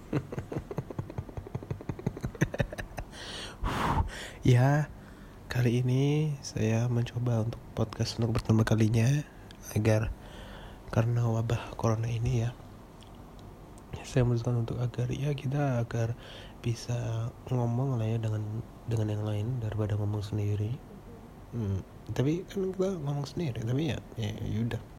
Ya, kali ini saya mencoba untuk podcast untuk pertama kalinya agar karena wabah corona ini ya, saya memutuskan untuk agar bisa ngomong lah ya dengan yang lain daripada ngomong sendiri. Tapi kan kita ngomong sendiri, tapi ya udah.